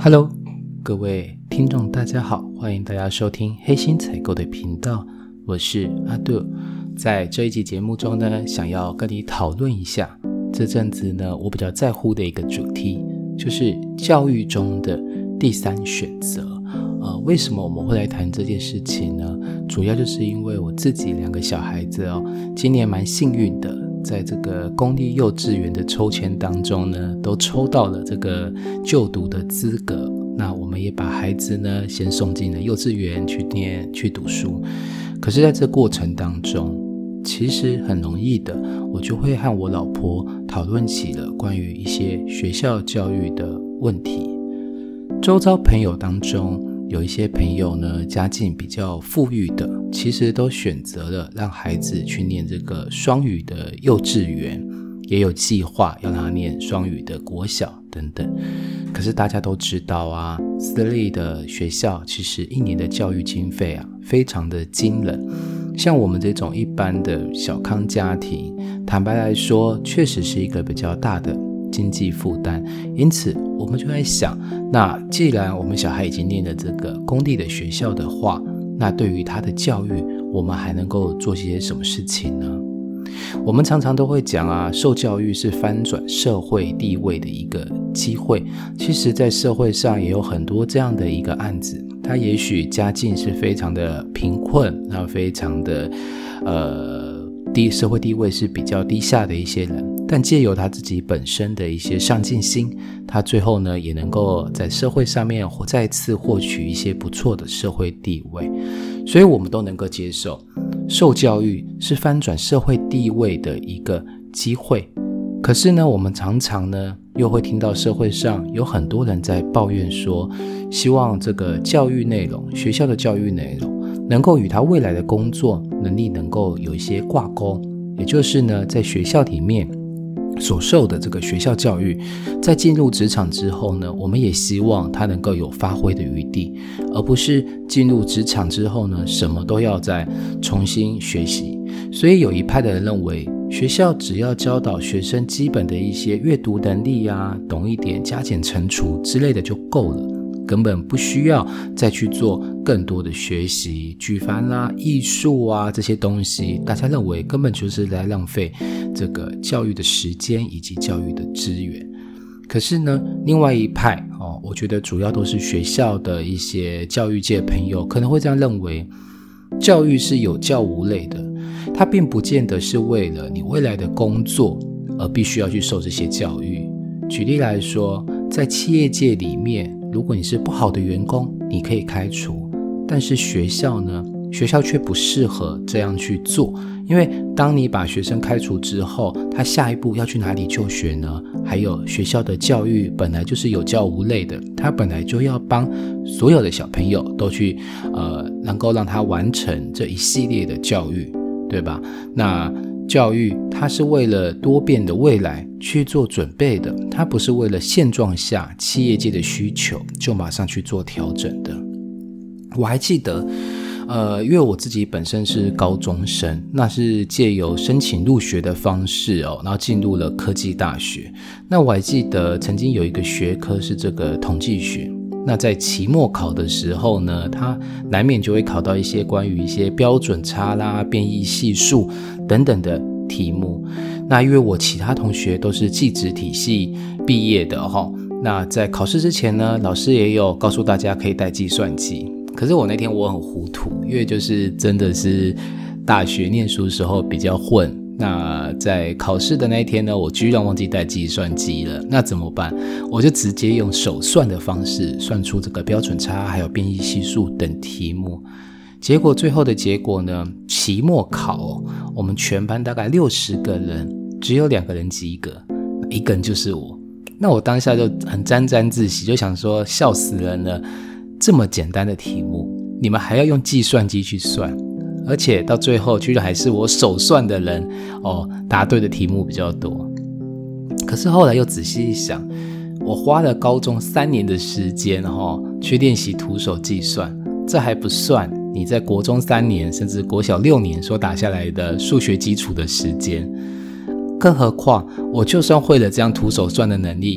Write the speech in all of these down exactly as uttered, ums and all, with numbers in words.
Hello， 各位听众大家好，欢迎大家收听黑心采购的频道，我是阿杜。在这一集节目中呢，想要跟你讨论一下这阵子呢我比较在乎的一个主题，就是教育中的第三选择。呃，为什么我们会来谈这件事情呢？主要就是因为我自己两个小孩子哦，今年蛮幸运的，在这个公立幼稚园的抽签当中呢，都抽到了这个就读的资格。那我们也把孩子呢先送进了幼稚园去念去读书。可是在这过程当中，其实很容易的，我就会和我老婆讨论起了关于一些学校教育的问题。周遭朋友当中，有一些朋友呢，家境比较富裕的，其实都选择了让孩子去念这个双语的幼稚园，也有计划要让他念双语的国小等等。可是大家都知道啊，私立的学校其实一年的教育经费啊，非常的惊人。像我们这种一般的小康家庭，坦白来说，确实是一个比较大的经济负担。因此我们就在想，那既然我们小孩已经念了这个公立的学校的话，那对于他的教育，我们还能够做些什么事情呢？我们常常都会讲啊，受教育是翻转社会地位的一个机会。其实在社会上也有很多这样的一个案子，他也许家境是非常的贫困，那非常的呃低社会地位是比较低下的一些人，但借由他自己本身的一些上进心，他最后呢也能够在社会上面再次获取一些不错的社会地位。所以我们都能够接受受教育是翻转社会地位的一个机会。可是呢，我们常常呢又会听到社会上有很多人在抱怨说，希望这个教育内容，学校的教育内容能够与他未来的工作能力能够有一些挂钩，也就是呢，在学校里面所受的这个学校教育，在进入职场之后呢，我们也希望他能够有发挥的余地，而不是进入职场之后呢，什么都要再重新学习。所以有一派的人认为，学校只要教导学生基本的一些阅读能力啊，懂一点加减乘除之类的就够了，根本不需要再去做更多的学习，举凡啦、艺术啊这些东西，大家认为根本就是来浪费这个教育的时间以及教育的资源。可是呢，另外一派哦，我觉得主要都是学校的一些教育界朋友可能会这样认为，教育是有教无类的，它并不见得是为了你未来的工作而必须要去受这些教育。举例来说，在企业界里面，如果你是不好的员工，你可以开除，但是学校呢，学校却不适合这样去做。因为当你把学生开除之后，他下一步要去哪里就学呢？还有学校的教育本来就是有教无类的，他本来就要帮所有的小朋友都去呃，能够让他完成这一系列的教育，对吧？那教育它是为了多变的未来去做准备的，它不是为了现状下企业界的需求就马上去做调整的。我还记得呃，因为我自己本身是高中生，那是借由申请入学的方式哦，然后进入了科技大学。那我还记得曾经有一个学科是这个统计学，那在期末考的时候呢，它难免就会考到一些关于一些标准差啦、变异系数等等的题目。那因为我其他同学都是技职体系毕业的齁，那在考试之前呢，老师也有告诉大家可以带计算机。可是我那天我很糊涂，因为就是真的是大学念书的时候比较混，那在考试的那一天呢，我居然忘记带计算机了。那怎么办？我就直接用手算的方式算出这个标准差还有变异系数等题目。结果最后的结果呢，期末考、哦、我们全班大概六十个人，只有两个人及格，一个人就是我。那我当下就很沾沾自喜，就想说笑死人了，这么简单的题目你们还要用计算机去算，而且到最后居然还是我手算的人哦，答对的题目比较多。可是后来又仔细一想，我花了高中三年的时间、哦、去练习徒手计算，这还不算你在国中三年甚至国小六年所打下来的数学基础的时间。更何况我就算会了这样徒手算的能力，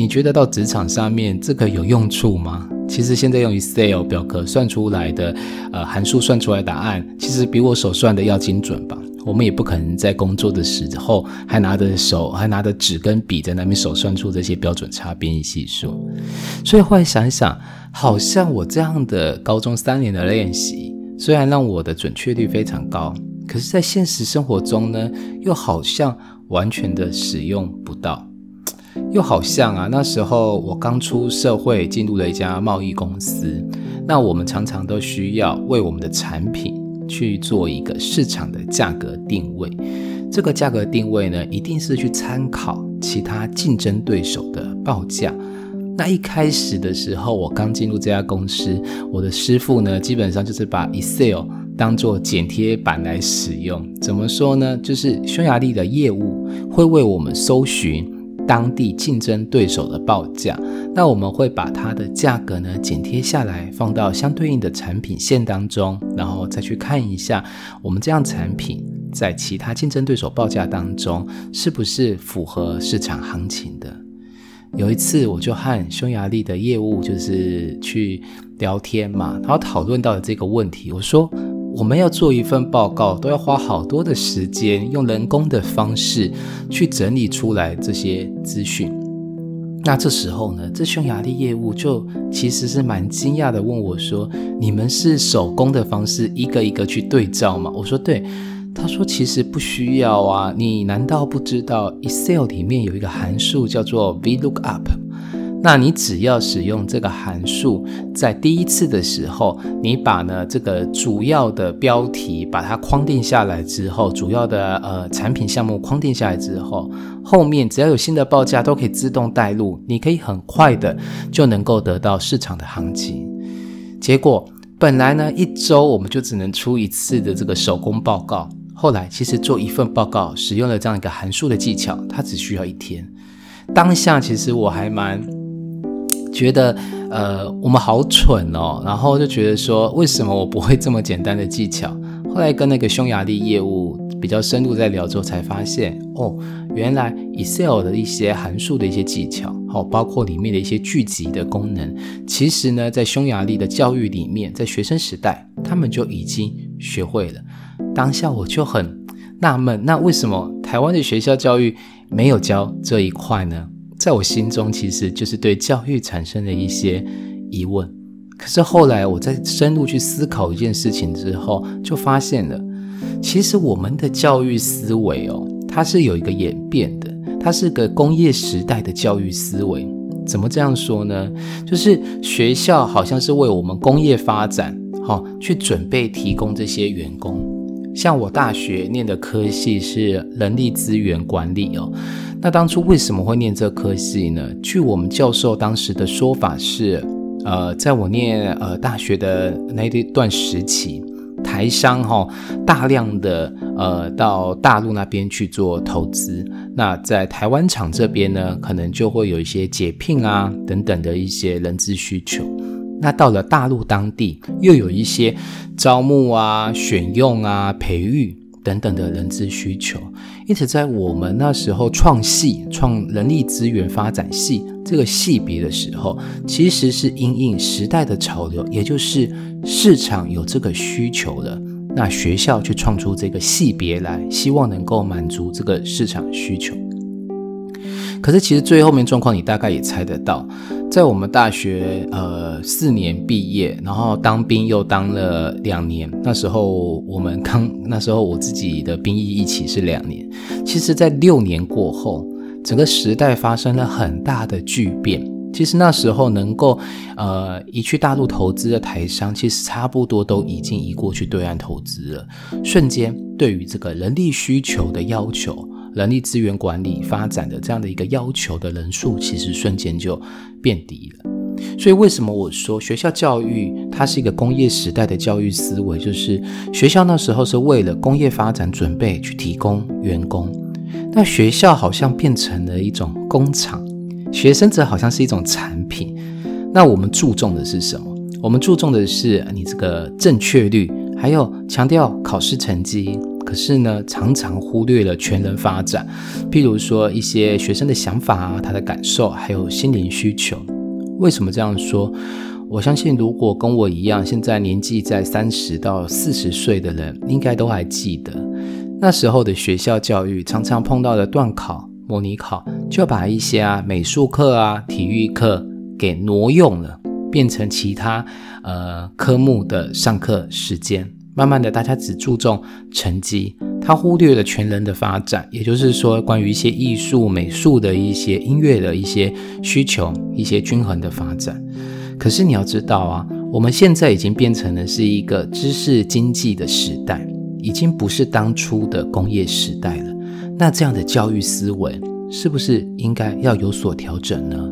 你觉得到职场上面这个有用处吗？其实现在用 Excel 表格算出来的呃函数算出来的答案，其实比我手算的要精准吧。我们也不可能在工作的时候还拿着手还拿着纸跟笔在那边手算出这些标准差变异系数。所以后来想想，好像我这样的高中三年的练习，虽然让我的准确率非常高，可是在现实生活中呢，又好像完全的使用不到。又好像啊，那时候我刚出社会，进入了一家贸易公司，那我们常常都需要为我们的产品去做一个市场的价格定位。这个价格定位呢，一定是去参考其他竞争对手的报价。那一开始的时候，我刚进入这家公司，我的师傅呢，基本上就是把 Excel 当作剪贴板来使用。怎么说呢？就是匈牙利的业务会为我们搜寻当地竞争对手的报价，那我们会把它的价格呢剪贴下来，放到相对应的产品线当中，然后再去看一下我们这样产品在其他竞争对手报价当中是不是符合市场行情的。有一次我就和匈牙利的业务就是去聊天嘛，然后讨论到了这个问题，我说我们要做一份报告都要花好多的时间，用人工的方式去整理出来这些资讯。那这时候呢，这匈牙利业务就其实是蛮惊讶的问我说，你们是手工的方式一个一个去对照吗？我说对。他说其实不需要啊，你难道不知道 Excel 里面有一个函数叫做 VLOOKUP， 那你只要使用这个函数，在第一次的时候，你把呢这个主要的标题把它框定下来之后，主要的呃产品项目框定下来之后，后面只要有新的报价都可以自动带入，你可以很快的就能够得到市场的行情。结果本来呢一周我们就只能出一次的这个手工报告，后来其实做一份报告使用了这样一个函数的技巧，它只需要一天。当下其实我还蛮觉得呃我们好蠢哦，然后就觉得说为什么我不会这么简单的技巧。后来跟那个匈牙利业务比较深入在聊之后才发现，哦，原来 Excel 的一些函数的一些技巧，哦，包括里面的一些聚集的功能，其实呢在匈牙利的教育里面，在学生时代他们就已经学会了。当下我就很纳闷，那为什么台湾的学校教育没有教这一块呢？在我心中其实就是对教育产生了一些疑问。可是后来我在深入去思考一件事情之后，就发现了其实我们的教育思维哦，它是有一个演变的，它是个工业时代的教育思维。怎么这样说呢？就是学校好像是为我们工业发展，哦，去准备提供这些员工。像我大学念的科系是人力资源管理哦，那当初为什么会念这科系呢？据我们教授当时的说法是，呃，在我念呃大学的那一段时期，台商哈、哦、大量的呃到大陆那边去做投资，那在台湾厂这边呢，可能就会有一些解聘啊等等的一些人资需求。那到了大陆当地，又有一些招募啊、选用啊、培育等等的人资需求。因此在我们那时候创系、创人力资源发展系这个系别的时候，其实是因应时代的潮流，也就是市场有这个需求了，那学校去创出这个系别来，希望能够满足这个市场需求。可是其实最后面状况你大概也猜得到，在我们大学呃四年毕业，然后当兵又当了两年，那时候我们刚那时候我自己的兵役一起是两年，其实在六年过后，整个时代发生了很大的巨变。其实那时候能够呃移去大陆投资的台商，其实差不多都已经移过去对岸投资了，瞬间对于这个人力需求的要求，人力资源管理发展的这样的一个要求的人数，其实瞬间就变低了。所以为什么我说学校教育它是一个工业时代的教育思维，就是学校那时候是为了工业发展准备去提供员工，那学校好像变成了一种工厂，学生则好像是一种产品。那我们注重的是什么？我们注重的是你这个正确率，还有强调考试成绩。 可是呢，常常忽略了全人发展，譬如说一些学生的想法啊，他的感受，还有心灵需求。为什么这样说？我相信如果跟我一样现在年纪在三十到四十岁的人，应该都还记得那时候的学校教育常常碰到的段考、模拟考，就把一些啊美术课啊、体育课给挪用了，变成其他呃科目的上课时间。慢慢的大家只注重成绩，他忽略了全人的发展，也就是说关于一些艺术、美术的一些音乐的一些需求，一些均衡的发展。可是你要知道啊，我们现在已经变成了是一个知识经济的时代，已经不是当初的工业时代了。那这样的教育思维是不是应该要有所调整呢？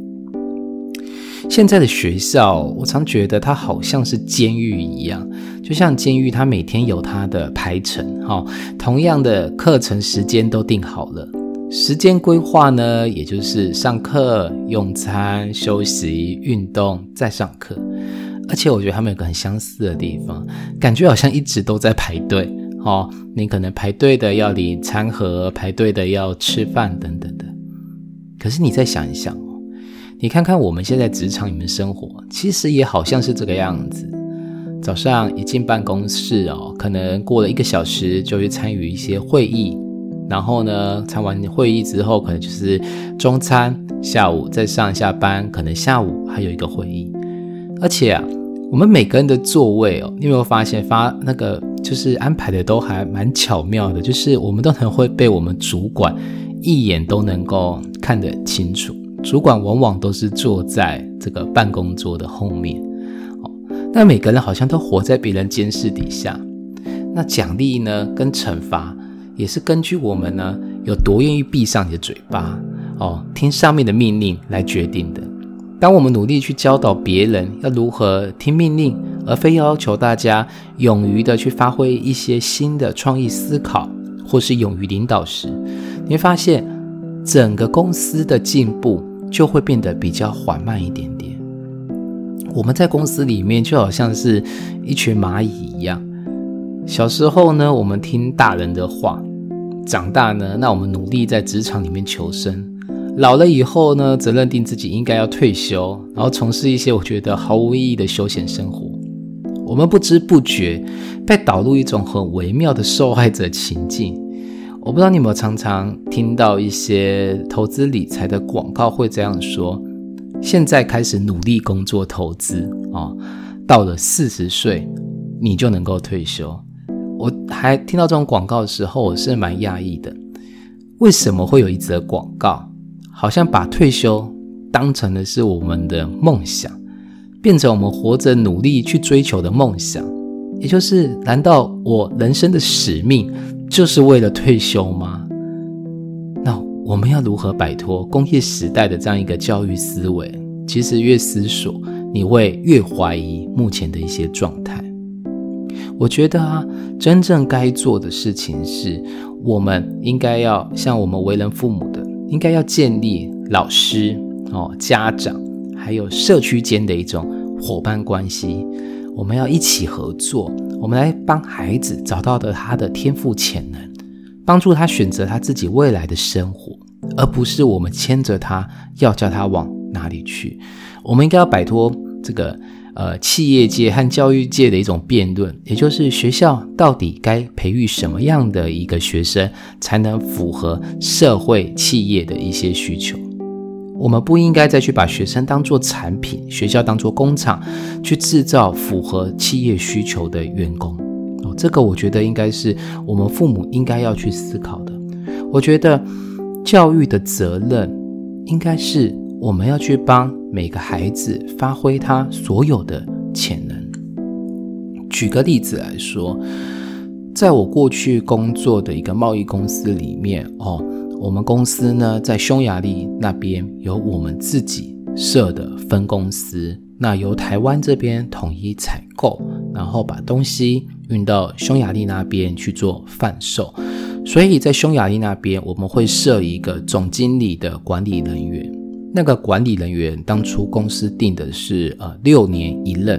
现在的学校，我常觉得它好像是监狱一样，就像监狱它每天有它的排程，哦，同样的课程时间都定好了，时间规划呢，也就是上课、用餐、休息、运动，再上课。而且我觉得他们有个很相似的地方，感觉好像一直都在排队，哦，你可能排队的要领餐盒，排队的要吃饭等等的。可是你再想一想，你看看我们现在职场里面生活，其实也好像是这个样子。早上一进办公室哦，可能过了一个小时就去参与一些会议，然后呢，参完会议之后，可能就是中餐，下午再上下班，可能下午还有一个会议。而且啊，我们每个人的座位哦，你有没有发现发那个就是安排的都还蛮巧妙的，就是我们都能会被我们主管一眼都能够看得清楚。主管往往都是坐在这个办公桌的后面，哦，那每个人好像都活在别人监视底下。那奖励呢，跟惩罚也是根据我们呢有多愿意闭上你的嘴巴，哦，听上面的命令来决定的。当我们努力去教导别人要如何听命令，而非要求大家勇于的去发挥一些新的创意思考，或是勇于领导时，你会发现整个公司的进步就会变得比较缓慢一点点。我们在公司里面就好像是一群蚂蚁一样，小时候呢，我们听大人的话，长大呢，那我们努力在职场里面求生，老了以后呢，则认定自己应该要退休，然后从事一些我觉得毫无意义的休闲生活。我们不知不觉被导入一种很微妙的受害者情境。我不知道你有没有常常听到一些投资理财的广告会这样说，现在开始努力工作投资，哦，到了四十岁你就能够退休。我还听到这种广告的时候，我是蛮讶异的，为什么会有一则广告好像把退休当成的是我们的梦想，变成我们活着努力去追求的梦想？也就是难道我人生的使命就是为了退休吗？那我们要如何摆脱工业时代的这样一个教育思维？其实越思索，你会越怀疑目前的一些状态。我觉得啊，真正该做的事情是，我们应该要像我们为人父母的，应该要建立老师、哦、家长还有社区间的一种伙伴关系。我们要一起合作，我们来帮孩子找到的他的天赋潜能，帮助他选择他自己未来的生活，而不是我们牵着他要叫他往哪里去。我们应该要摆脱这个呃企业界和教育界的一种辩论，也就是学校到底该培育什么样的一个学生才能符合社会企业的一些需求。我们不应该再去把学生当作产品，学校当作工厂，去制造符合企业需求的员工，哦，这个我觉得应该是我们父母应该要去思考的。我觉得教育的责任应该是我们要去帮每个孩子发挥他所有的潜能。举个例子来说，在我过去工作的一个贸易公司里面，哦，我们公司呢在匈牙利那边有我们自己设的分公司，那由台湾这边统一采购，然后把东西运到匈牙利那边去做贩售。所以在匈牙利那边我们会设一个总经理的管理人员，那个管理人员当初公司定的是呃六年一任，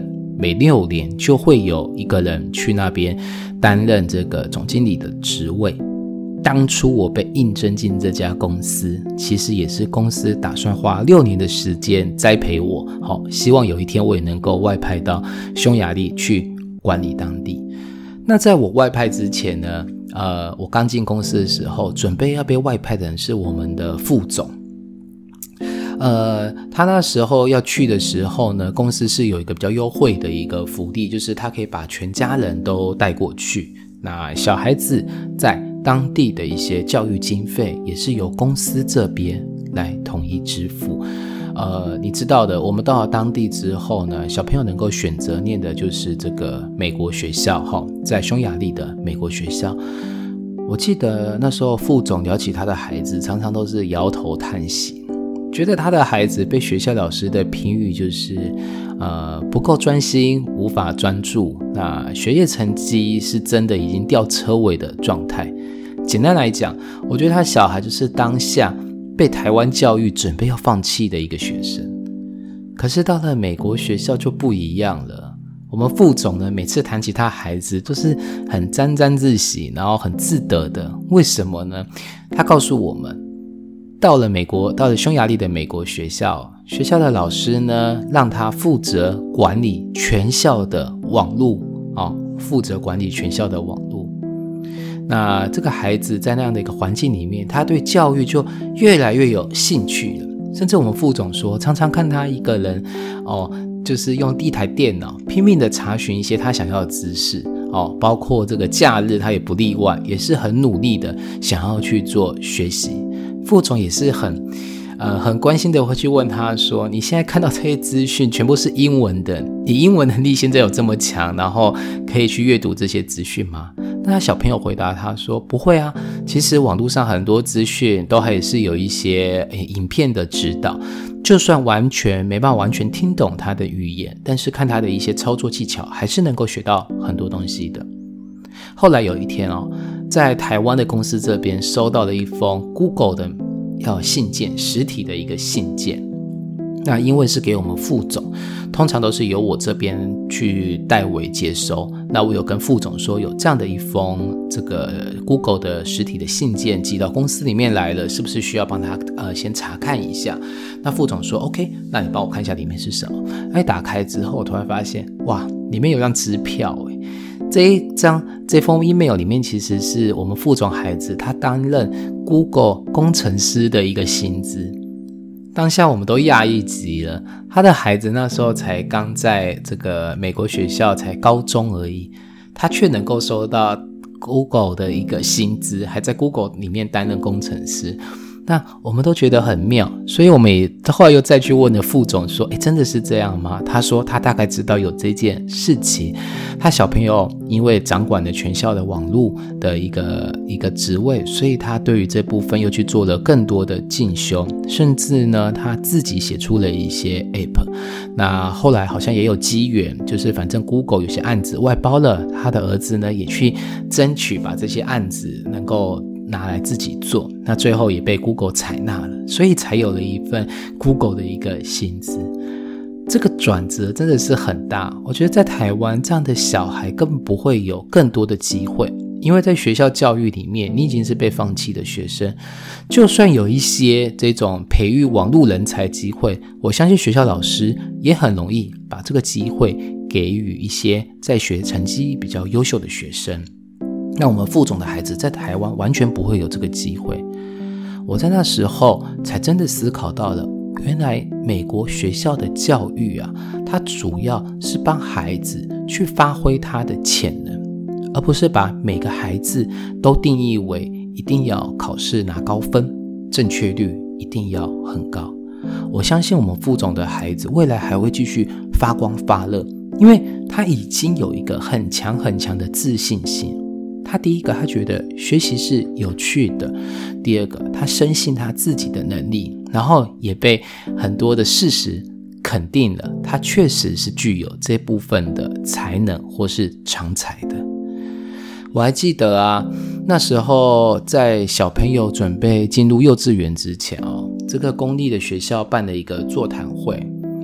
每六年就会有一个人去那边担任这个总经理的职位。当初我被应征进这家公司，其实也是公司打算花六年的时间栽培我，好，希望有一天我也能够外派到匈牙利去管理当地。那在我外派之前呢，呃，我刚进公司的时候，准备要被外派的人是我们的副总。呃，他那时候要去的时候呢，公司是有一个比较优惠的一个福利，就是他可以把全家人都带过去。那小孩子在当地的一些教育经费也是由公司这边来统一支付。呃，你知道的，我们到了当地之后呢，小朋友能够选择念的就是这个美国学校，在匈牙利的美国学校。我记得那时候副总聊起他的孩子，常常都是摇头叹息，觉得他的孩子被学校老师的评语就是呃不够专心，无法专注，那学业成绩是真的已经掉车尾的状态。简单来讲，我觉得他小孩就是当下被台湾教育准备要放弃的一个学生。可是到了美国学校就不一样了，我们副总呢，每次谈起他孩子都是很沾沾自喜，然后很自得的。为什么呢？他告诉我们，到了美国，到了匈牙利的美国学校，学校的老师呢，让他负责管理全校的网络，哦，负责管理全校的网络。那这个孩子在那样的一个环境里面，他对教育就越来越有兴趣了。甚至我们副总说，常常看他一个人，哦，就是用一台电脑拼命的查询一些他想要的知识，哦，包括这个假日他也不例外，也是很努力的想要去做学习。副总也是很呃很关心的会去问他说，你现在看到这些资讯全部是英文的，你英文能力现在有这么强，然后可以去阅读这些资讯吗？那小朋友回答他说，不会啊，其实网络上很多资讯都还是有一些影片的指导，就算完全没办法完全听懂他的语言，但是看他的一些操作技巧还是能够学到很多东西的。后来有一天哦，在台湾的公司这边收到了一封 Google 的要信件，实体的一个信件。那因为是给我们副总，通常都是由我这边去代为接收。那我有跟副总说，有这样的一封这个 Google 的实体的信件寄到公司里面来了，是不是需要帮他呃先查看一下？那副总说 OK， 那你帮我看一下里面是什么。哎，打开之后，我突然发现，哇，里面有张支票诶。这一张这封 email 里面其实是我们副总孩子他担任 Google 工程师的一个薪资。当下我们都讶异极了，他的孩子那时候才刚在这个美国学校才高中而已，他却能够收到 Google 的一个薪资，还在 Google 里面担任工程师。那我们都觉得很妙，所以我们也后来又再去问了副总说，诶，真的是这样吗？他说他大概知道有这件事情，他小朋友因为掌管了全校的网络的一个一个职位，所以他对于这部分又去做了更多的进修，甚至呢他自己写出了一些 app。 那后来好像也有机缘，就是反正 Google 有些案子外包了，他的儿子呢也去争取把这些案子能够拿来自己做，那最后也被 Google 采纳了，所以才有了一份 Google 的一个薪资。这个转折真的是很大，我觉得在台湾这样的小孩根本不会有更多的机会，因为在学校教育里面你已经是被放弃的学生，就算有一些这种培育网络人才机会，我相信学校老师也很容易把这个机会给予一些在学成绩比较优秀的学生。那我们副总的孩子在台湾完全不会有这个机会。我在那时候才真的思考到了，原来美国学校的教育啊，它主要是帮孩子去发挥他的潜能，而不是把每个孩子都定义为一定要考试拿高分，正确率一定要很高。我相信我们副总的孩子未来还会继续发光发热，因为他已经有一个很强很强的自信心。他第一个，他觉得学习是有趣的；第二个，他深信他自己的能力，然后也被很多的事实肯定了，他确实是具有这部分的才能或是长才的。我还记得啊，那时候在小朋友准备进入幼稚园之前哦，这个公立的学校办了一个座谈会。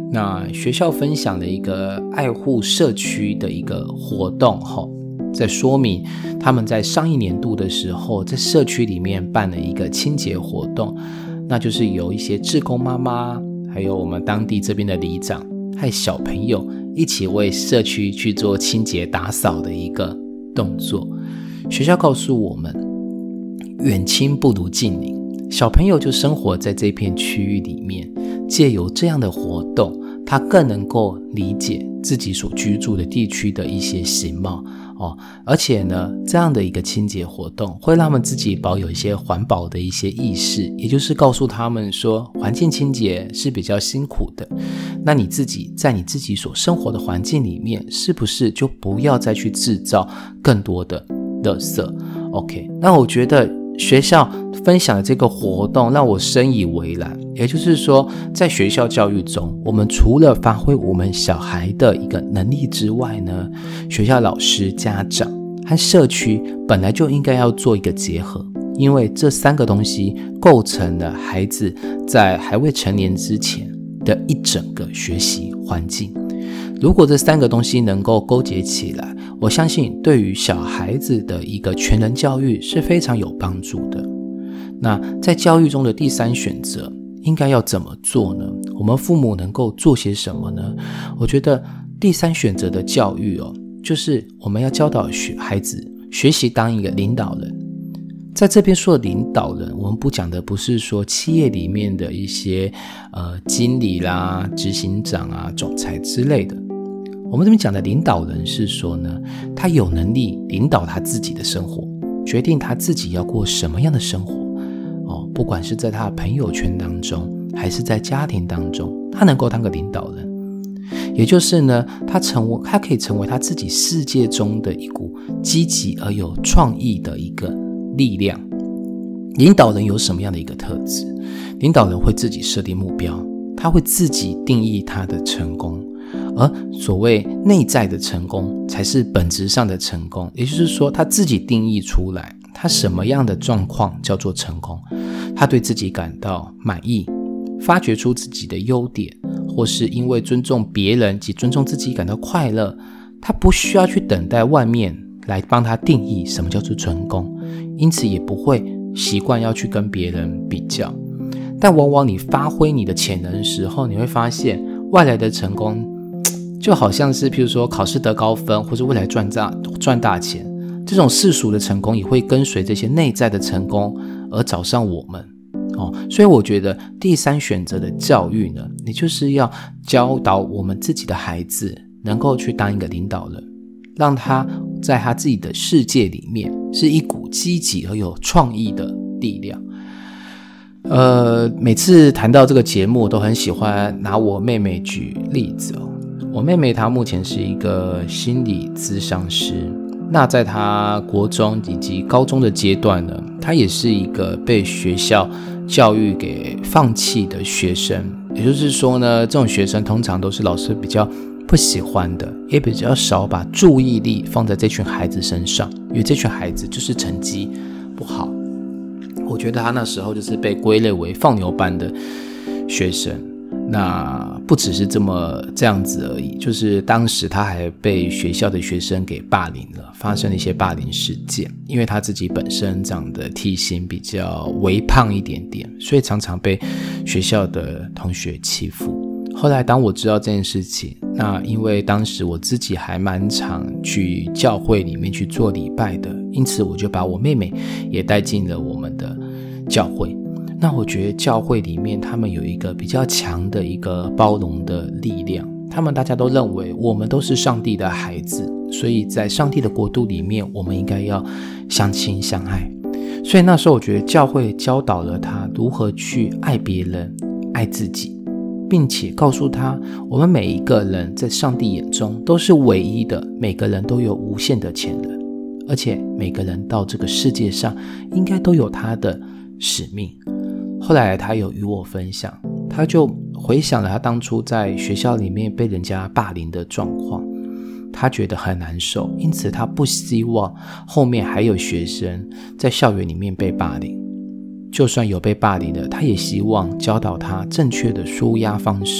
那学校分享了一个爱护社区的一个活动，在说明他们在上一年度的时候在社区里面办了一个清洁活动，那就是有一些志工妈妈还有我们当地这边的里长和小朋友一起为社区去做清洁打扫的一个动作。学校告诉我们，远亲不如近邻，小朋友就生活在这片区域里面，借由这样的活动，他更能够理解自己所居住的地区的一些形貌哦，而且呢，这样的一个清洁活动会让他们自己保有一些环保的一些意识，也就是告诉他们说，环境清洁是比较辛苦的，那你自己在你自己所生活的环境里面，是不是就不要再去制造更多的垃圾 ？OK， 那我觉得学校分享的这个活动让我深以为然，也就是说，在学校教育中，我们除了发挥我们小孩的一个能力之外呢，学校老师、家长和社区本来就应该要做一个结合，因为这三个东西构成了孩子在还未成年之前的一整个学习环境。如果这三个东西能够勾结起来，我相信对于小孩子的一个全人教育是非常有帮助的。那在教育中的第三选择应该要怎么做呢？我们父母能够做些什么呢？我觉得第三选择的教育哦，就是我们要教导孩子学习当一个领导人。在这边说的领导人，我们不讲的不是说企业里面的一些呃经理啦、执行长啊、总裁之类的。我们这边讲的领导人是说呢，他有能力领导他自己的生活，决定他自己要过什么样的生活哦，不管是在他的朋友圈当中，还是在家庭当中，他能够当个领导人。也就是呢，他成为他可以成为他自己世界中的一股积极而有创意的一个力量。领导人有什么样的一个特质？领导人会自己设定目标，他会自己定义他的成功，而所谓内在的成功才是本质上的成功。也就是说，他自己定义出来他什么样的状况叫做成功，他对自己感到满意，发掘出自己的优点，或是因为尊重别人及尊重自己感到快乐，他不需要去等待外面来帮他定义什么叫做成功，因此也不会习惯要去跟别人比较。但往往你发挥你的潜能的时候，你会发现外来的成功就好像是譬如说考试得高分，或是未来赚大赚大钱，这种世俗的成功也会跟随这些内在的成功而找上我们哦。所以我觉得第三选择的教育呢，你就是要教导我们自己的孩子能够去当一个领导人，让他在他自己的世界里面是一股积极而有创意的力量。呃，每次谈到这个节目，我都很喜欢拿我妹妹举例子哦。我妹妹她目前是一个心理咨商师，那在她国中以及高中的阶段呢，她也是一个被学校教育给放弃的学生。也就是说呢，这种学生通常都是老师比较不喜欢的，也比较少把注意力放在这群孩子身上，因为这群孩子就是成绩不好。我觉得他那时候就是被归类为放牛班的学生。那不只是这么这样子而已，就是当时他还被学校的学生给霸凌了，发生了一些霸凌事件。因为他自己本身这样的体型比较微胖一点点，所以常常被学校的同学欺负。后来当我知道这件事情，那因为当时我自己还蛮常去教会里面去做礼拜的，因此我就把我妹妹也带进了我们的教会。那我觉得教会里面他们有一个比较强的一个包容的力量，他们大家都认为我们都是上帝的孩子，所以在上帝的国度里面我们应该要相亲相爱。所以那时候我觉得教会教导了他如何去爱别人、爱自己，并且告诉他我们每一个人在上帝眼中都是唯一的，每个人都有无限的潜能，而且每个人到这个世界上应该都有他的使命。后来他有与我分享，他就回想了他当初在学校里面被人家霸凌的状况，他觉得很难受，因此他不希望后面还有学生在校园里面被霸凌。就算有被霸凌的，他也希望教导他正确的抒压方式，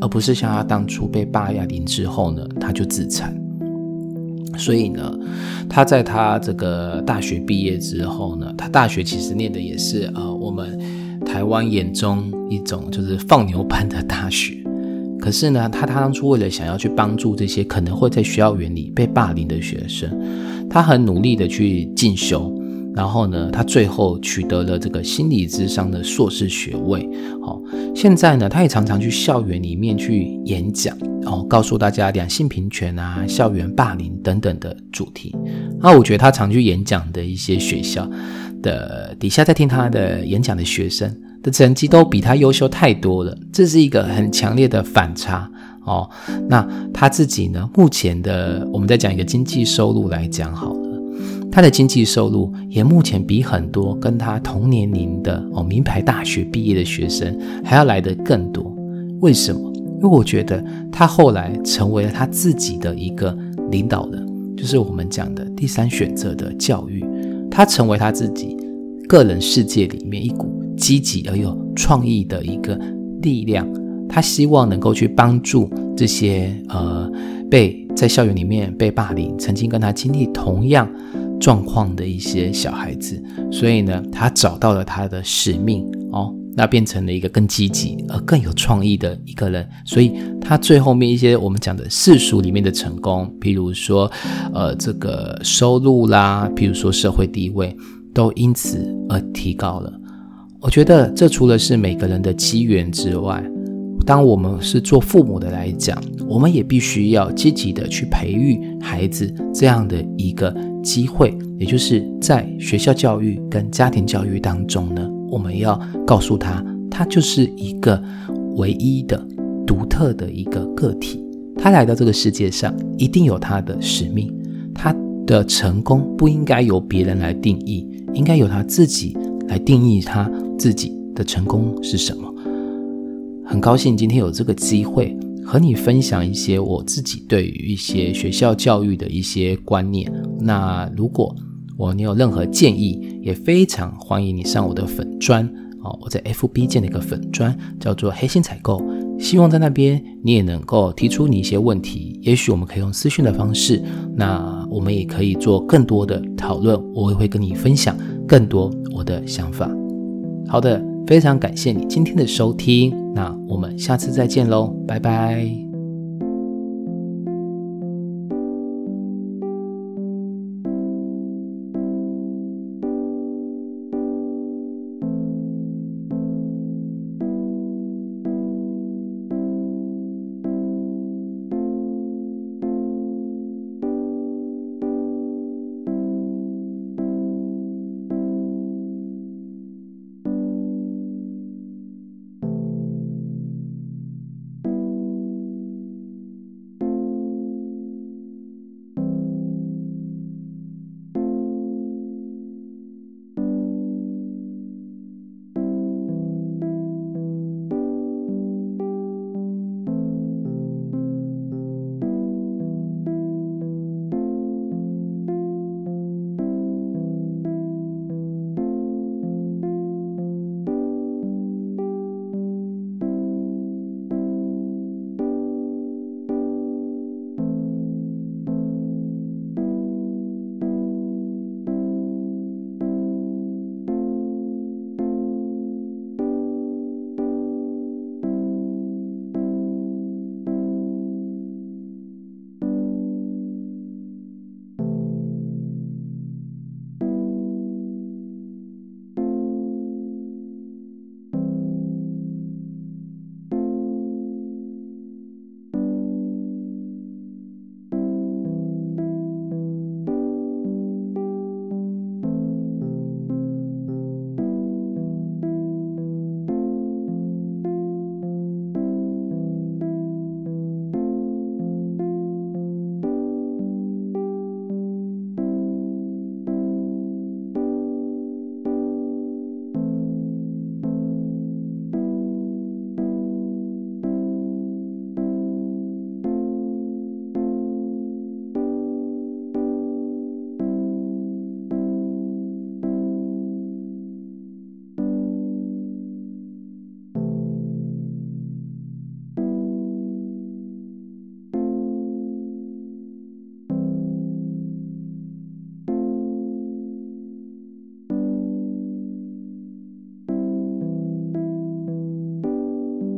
而不是像他当初被霸凌之后呢，他就自残。所以呢，他在他这个大学毕业之后呢，他大学其实念的也是呃我们台湾眼中一种就是放牛班的大学。可是呢，他他当初为了想要去帮助这些可能会在学校园里被霸凌的学生，他很努力的去进修，然后呢，他最后取得了这个心理咨商的硕士学位。哦，现在呢，他也常常去校园里面去演讲，哦，告诉大家两性平权啊、校园霸凌等等的主题。那我觉得他常去演讲的一些学校的底下在听他的演讲的学生的成绩都比他优秀太多了，这是一个很强烈的反差哦。那他自己呢，目前的我们在讲一个经济收入来讲好了，他的经济收入也目前比很多跟他同年龄的哦名牌大学毕业的学生还要来得更多。为什么？因为我觉得他后来成为了他自己的一个领导人，就是我们讲的第三选择的教育，他成为他自己个人世界里面一股积极而有创意的一个力量。他希望能够去帮助这些呃被在校园里面被霸凌，曾经跟他经历同样状况的一些小孩子，所以呢，他找到了他的使命哦，那变成了一个更积极而更有创意的一个人。所以他最后面一些我们讲的世俗里面的成功，譬如说呃这个收入啦，譬如说社会地位，都因此而提高了。我觉得这除了是每个人的机缘之外，当我们是做父母的来讲，我们也必须要积极的去培育孩子这样的一个机会，也就是在学校教育跟家庭教育当中呢，我们要告诉他，他就是一个唯一的独特的一个个体，他来到这个世界上一定有他的使命，他的成功不应该由别人来定义，应该由他自己来定义他自己的成功是什么。很高兴今天有这个机会和你分享一些我自己对于一些学校教育的一些观念。那如果我你有任何建议，也非常欢迎你上我的粉专，哦，我在 F B 建了一个粉专叫做黑心采购，希望在那边你也能够提出你一些问题，也许我们可以用私讯的方式，那我们也可以做更多的讨论，我也会跟你分享更多我的想法。好的，非常感谢你今天的收听，那我们下次再见咯，拜拜。